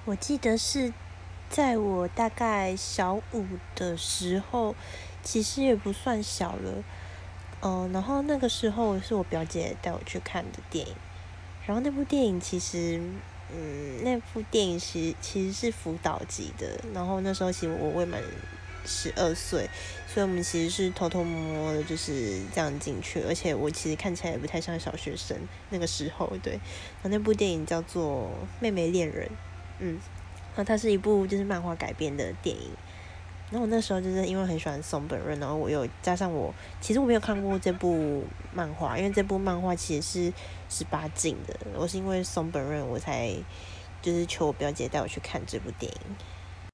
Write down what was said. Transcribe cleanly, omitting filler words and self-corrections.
我记得是在我大概小5的时候，其实也不算小了。然后那个时候是我表姐带我去看的电影，然后那部电影其实，其实是辅导级的，然后那时候其实我未满12岁，所以我们其实是偷偷摸摸的，就是这样进去，而且我其实看起来也不太像小学生那个时候，对。然后那部电影叫做《妹妹恋人》，然后它是一部就是漫画改编的电影。然后我那时候就是因为很喜欢松本润，然后我又加上其实我没有看过这部漫画，因为这部漫画其实是18禁的。我是因为松本润我才就是求我表姐带我去看这部电影。